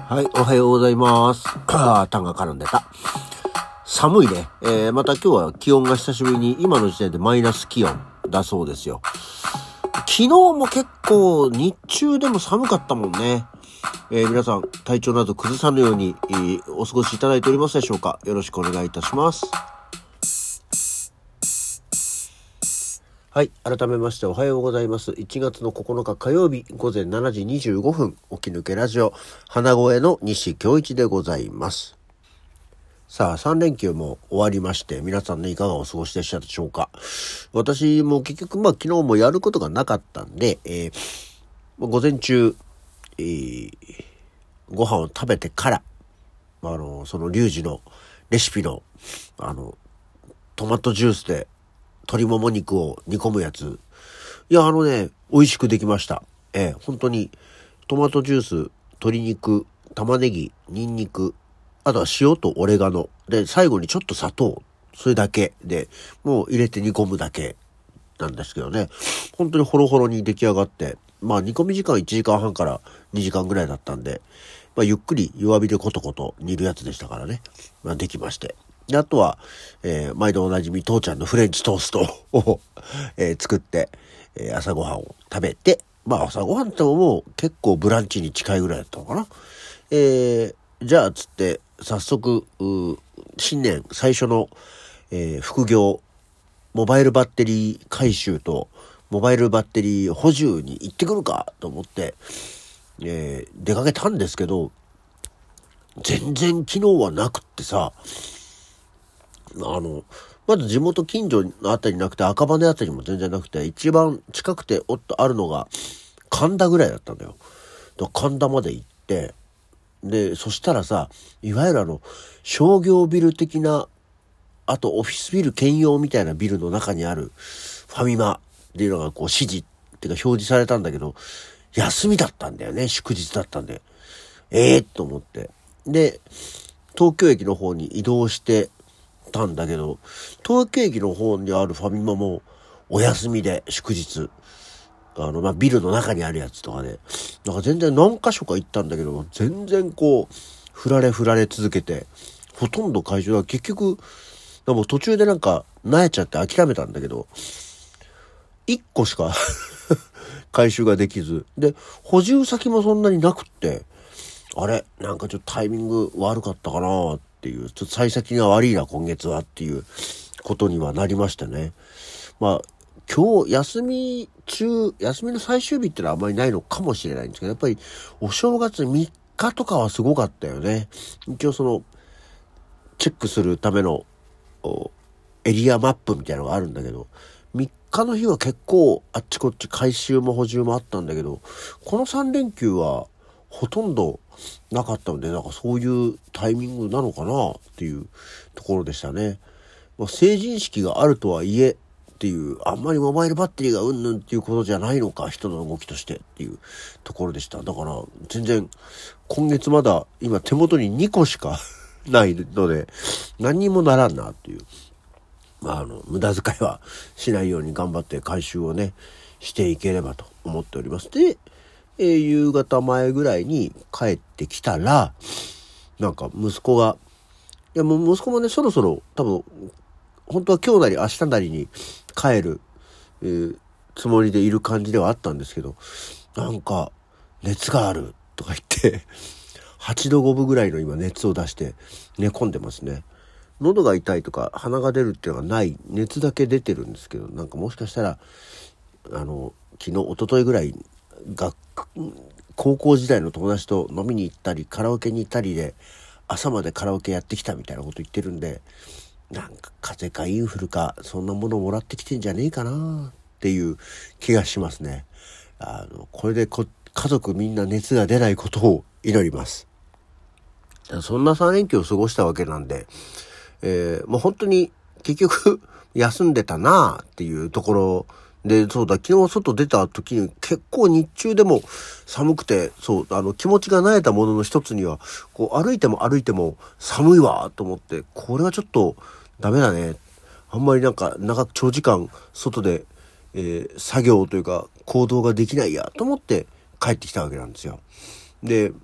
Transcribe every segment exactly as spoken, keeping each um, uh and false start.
はい、おはようございます。タンが絡んでた。寒いね。えー、また今日は気温が久しぶりに今の時点でマイナス気温だそうですよ。昨日も結構日中でも寒かったもんね。えー、皆さん体調など崩さぬように、えー、お過ごしいただいておりますでしょうか。よろしくお願いいたします。はい。改めましておはようございます。いちがつのここのか火曜日午前しちじにじゅうごふん、起き抜けラジオ、花声の西京一でございます。さあ、さん連休も終わりまして、皆さんね、いかがお過ごしでしたでしょうか。私も結局、まあ昨日もやることがなかったんで、えー、午前中、えー、ご飯を食べてから、あの、そのリュウジのレシピの、あの、トマトジュースで、鶏もも肉を煮込むやつ。いや、あのね、美味しくできました。ええ、本当に、トマトジュース、鶏肉、玉ねぎ、ニンニク、あとは塩とオレガノ。で、最後にちょっと砂糖。それだけで、もう入れて煮込むだけなんですけどね。本当にホロホロに出来上がって、まあ煮込み時間いちじかんはんからにじかんぐらいだったんで、まあゆっくり弱火でコトコト煮るやつでしたからね。まあできまして。で、あとは、えー、毎度おなじみ、父ちゃんのフレンチトーストを、えー、作って、えー、朝ごはんを食べて、まあ朝ごはんってもう結構ブランチに近いぐらいだったのかな。えー、じゃあつって、早速、新年最初の、えー、副業、モバイルバッテリー回収と、モバイルバッテリー補充に行ってくるかと思って、えー、出かけたんですけど、全然昨日はなくってさ、あの、まず地元近所のあたりなくて、赤羽あたりも全然なくて、一番近くておっとあるのが神田ぐらいだったんだよ。だから神田まで行って、で、そしたらさ、いわゆるあの、商業ビル的な、あとオフィスビル兼用みたいなビルの中にあるファミマっていうのがこう指示っていうか表示されたんだけど、休みだったんだよね、祝日だったんで。ええー、と思って。で、東京駅の方に移動して、たんだけど、東京駅の方にあるファミマもお休みで祝日、あのまあビルの中にあるやつとかで、なんか全然何箇所か行ったんだけど、全然こう振られ振られ続けて、ほとんど回収は結局でも途中でなんか萎えちゃって諦めたんだけど、いっこしか回収ができずで、補充先もそんなになくって、あれなんかちょっとタイミング悪かったかなっていう、ちょっと幸先が悪いな今月はっていうことにはなりましたね。まあ今日休み中、休みの最終日ってのはあんまりないのかもしれないんですけど、やっぱりお正月みっかとかはすごかったよね。一応そのチェックするためのエリアマップみたいなのがあるんだけど、みっかの日は結構あっちこっち回収も補充もあったんだけど、このさん連休はほとんどなかったので、なんかそういうタイミングなのかなっていうところでしたね。まあ、成人式があるとはいえっていう、あんまりモバイルバッテリーがうんぬんっていうことじゃないのか、人の動きとしてっていうところでした。だから全然今月まだ今手元ににこしかないので何にもならんなっていう。まああの無駄遣いはしないように頑張って回収をねしていければと思っております。で、えー、夕方前ぐらいに帰ってきたら、なんか息子が、いやもう息子もねそろそろ多分本当は今日なり明日なりに帰る、えー、つもりでいる感じではあったんですけど、なんか熱があるとか言ってはちどごぶぐらいの今熱を出して寝込んでますね。喉が痛いとか鼻が出るっていうのがない、熱だけ出てるんですけど、なんかもしかしたらあの昨日一昨日ぐらい学高校時代の友達と飲みに行ったりカラオケに行ったりで朝までカラオケやってきたみたいなこと言ってるんで、なんか風邪かインフルかそんなものもらってきてんじゃねえかなっていう気がしますね。あのこれでこ家族みんな熱が出ないことを祈ります。そんなさん連休を過ごしたわけなんで、えー、もう本当に結局休んでたなっていうところで、そうだ、昨日外出た時に結構日中でも寒くて、そう、あの気持ちが慣れたものの一つには、こう歩いても歩いても寒いわと思って、これはちょっとダメだね。あんまりなんか長く長時間外で、えー、作業というか行動ができないやと思って帰ってきたわけなんですよ。で、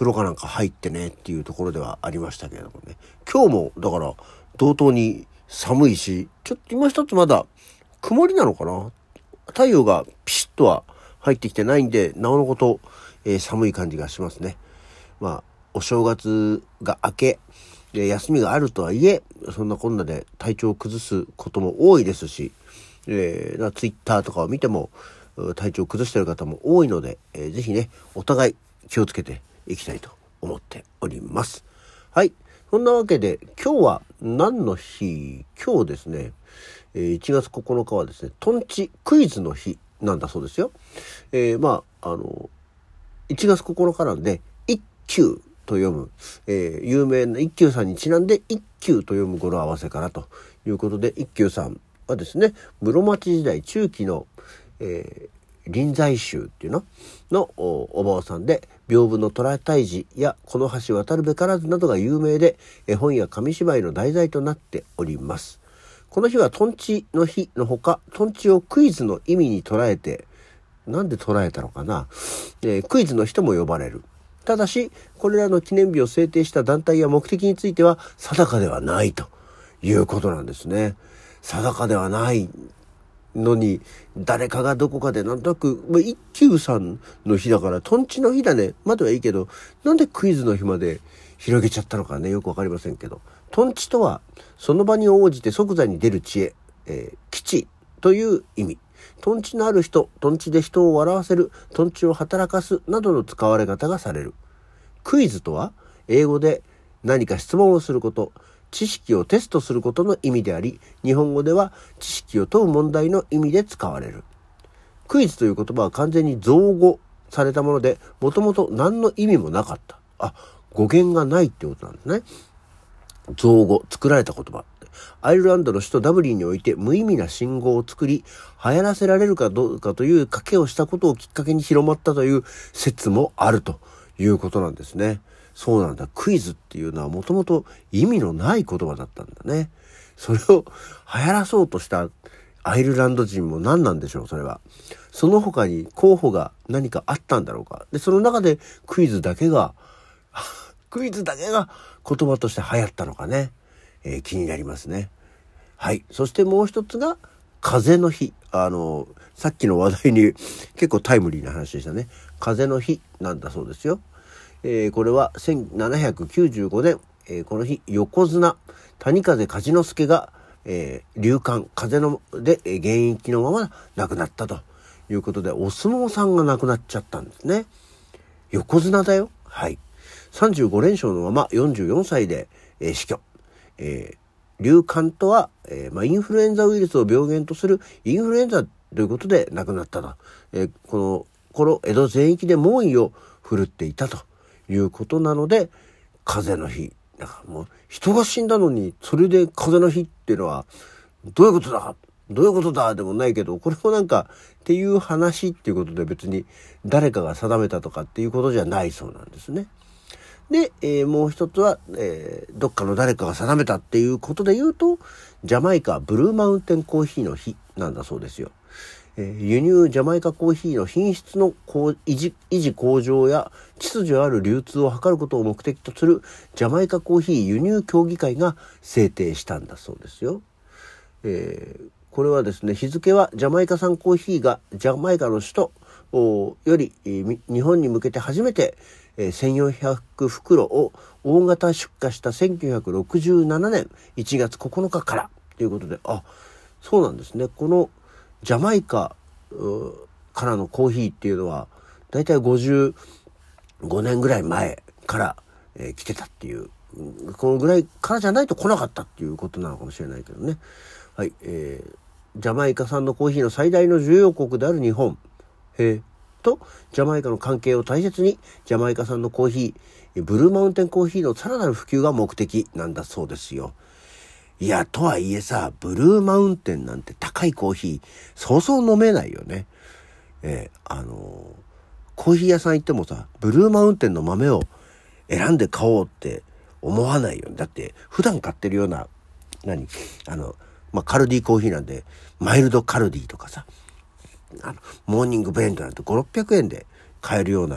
風呂かなんか入ってねっていうところではありましたけれどもね。今日もだから同等に寒いし、ちょっと今一つまだ曇りなのかな。太陽がピシッとは入ってきてないんで、なおのこと、えー、寒い感じがしますね。まあお正月が明け、休みがあるとはいえ、そんなこんなで体調を崩すことも多いですし、えー、ツイッターとかを見ても体調を崩している方も多いので、えー、ぜひねお互い気をつけていきたいと思っております。はい、そんなわけで今日は何の日？今日ですね、いちがつここのかはですね、とんちクイズの日なんだそうですよ。えー、まああのいちがつここのかなんで一休と読む、えー、有名な一休さんにちなんで一休と読む語呂合わせからということで、一休さんはですね、室町時代中期の、えー、臨済宗っていうのの お, お坊さんで、屏風の虎退治やこの橋渡るべからずなどが有名で、絵本や紙芝居の題材となっております。この日はとんちの日のほか、とんちをクイズの意味に捉えて、なんで捉えたのかな、えー、クイズの日とも呼ばれる。ただしこれらの記念日を制定した団体や目的については定かではないということなんですね。定かではないのに、誰かがどこかでなんとなく、まあ、一休さんの日だからとんちの日だねまではいいけど、なんでクイズの日まで広げちゃったのかね、よくわかりませんけど、とんちとはその場に応じて即座に出る知恵、えー、吉という意味。とんちのある人、とんちで人を笑わせる、とんちを働かすなどの使われ方がされる。クイズとは英語で何か質問をすること、知識をテストすることの意味であり、日本語では知識を問う問題の意味で使われる。クイズという言葉は完全に造語されたもので、もともと何の意味もなかった。あ、語源がないってことなんですね。造語、作られた言葉。アイルランドの首都ダブリンにおいて無意味な信号を作り、流行らせられるかどうかという賭けをしたことをきっかけに広まったという説もあるということなんですね。そうなんだ。クイズっていうのはもともと意味のない言葉だったんだね。それを流行らそうとしたアイルランド人も何なんでしょう、それは。その他に候補が何かあったんだろうか。で、その中でクイズだけが、クイズだけが言葉として流行ったのかね。えー、気になりますね。はい。そしてもう一つが風の日。あのさっきの話題に結構タイムリーな話でしたね。風の日なんだそうですよ。えー、これはせんななひゃくきゅうじゅうごねん、えー、この日横綱谷風梶之助が、えー、流感風ので、えー、現役のまま亡くなったということで、お相撲さんが亡くなっちゃったんですね。横綱だよ。はい。さんじゅうごれんしょうのままよんじゅうよんさいで、えー、死去。えー、流感とは、えーまあ、インフルエンザウイルスを病原とするインフルエンザということで亡くなったと、えー、この頃江戸全域で猛威を振るっていたということなので、風の日だからもう人が死んだのにそれで風の日っていうのはどういうことだどういうことだでもないけど、これもなんかっていう話っていうことで別に誰かが定めたとかっていうことじゃないそうなんですね。で、えー、もう一つは、えー、どっかの誰かが定めたっていうことで言うと、ジャマイカブルーマウンテンコーヒーの日なんだそうですよ。えー、輸入ジャマイカコーヒーの品質の維持、維持向上や秩序ある流通を図ることを目的とするジャマイカコーヒー輸入協議会が制定したんだそうですよ。えー、これはですね、日付はジャマイカ産コーヒーがジャマイカの首都より、えー、日本に向けて初めてせんよんひゃくふくろを大型出荷したせんきゅうひゃくろくじゅうななねんいちがつここのかからということで、あ、そうなんですね。このジャマイカからのコーヒーっていうのはだいたいごじゅうごねんぐらい前から、えー、来てたっていう、このぐらいからじゃないと来なかったっていうことなのかもしれないけどね。はい、えー、ジャマイカ産のコーヒーの最大の需要国である日本。へーとジャマイカの関係を大切に、ジャマイカ産のコーヒーブルーマウンテンコーヒーのさらなる普及が目的なんだそうですよ。いや、とはいえさ、ブルーマウンテンなんて高いコーヒーそうそう飲めないよね。えー、あのー、コーヒー屋さん行ってもさ、ブルーマウンテンの豆を選んで買おうって思わないよね。だって普段買ってるような何あのまあ、カルディコーヒーなんでマイルドカルディとかさ、あのモーニングブレンドなんてごひゃくろっぴゃくえんで買えるような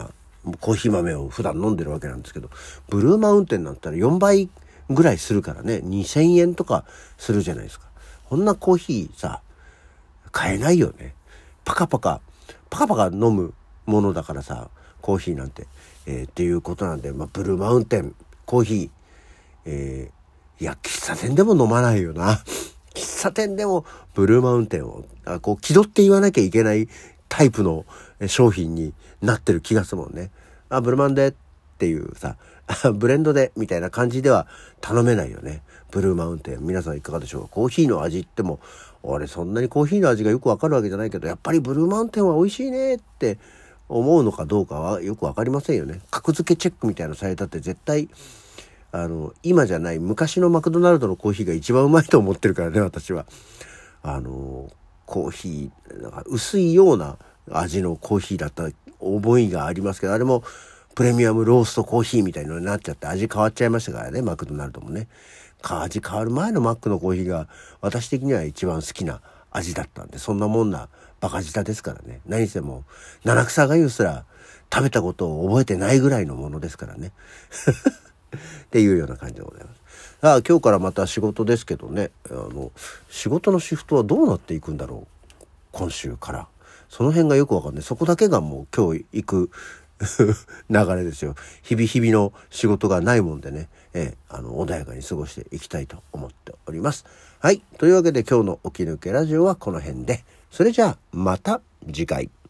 コーヒー豆を普段飲んでるわけなんですけど、ブルーマウンテンなんたらよんばいぐらいするからね、にせんえんとかするじゃないですか。こんなコーヒーさ、買えないよね。パカパカ、パカパカ飲むものだからさ、コーヒーなんて。えー、っていうことなんで、まあ、ブルーマウンテン、コーヒー、えー、いや、喫茶店でも飲まないよな。喫茶店でもブルーマウンテンを、あ、こう、気取って言わなきゃいけないタイプの商品になってる気がするもんね。あ、ブルマンでっていうさ、ブレンドでみたいな感じでは頼めないよね。ブルーマウンテン。皆さんいかがでしょうか。コーヒーの味っても、俺そんなにコーヒーの味がよくわかるわけじゃないけど、やっぱりブルーマウンテンは美味しいねって思うのかどうかはよくわかりませんよね。格付けチェックみたいなのされたって絶対、あの、今じゃない昔のマクドナルドのコーヒーが一番うまいと思ってるからね、私は。あの、コーヒー、なんか薄いような味のコーヒーだった覚えがありますけど、あれもプレミアムローストコーヒーみたいなのになっちゃって味変わっちゃいましたからね、マクドナルドもね。味変わる前のマックのコーヒーが私的には一番好きな味だったんで、そんなもんなバカ舌ですからね。何せも七草がゆすら食べたことを覚えてないぐらいのものですからね。っていうような感じでございます。さあ、今日からまた仕事ですけどね、あの仕事のシフトはどうなっていくんだろう、今週から。その辺がよくわかんない。そこだけがもう今日行く流れですよ。日々日々の仕事がないもんでね、えー、あの穏やかに過ごしていきたいと思っております。はい、というわけで今日の起き抜けラジオはこの辺で、それじゃあまた次回。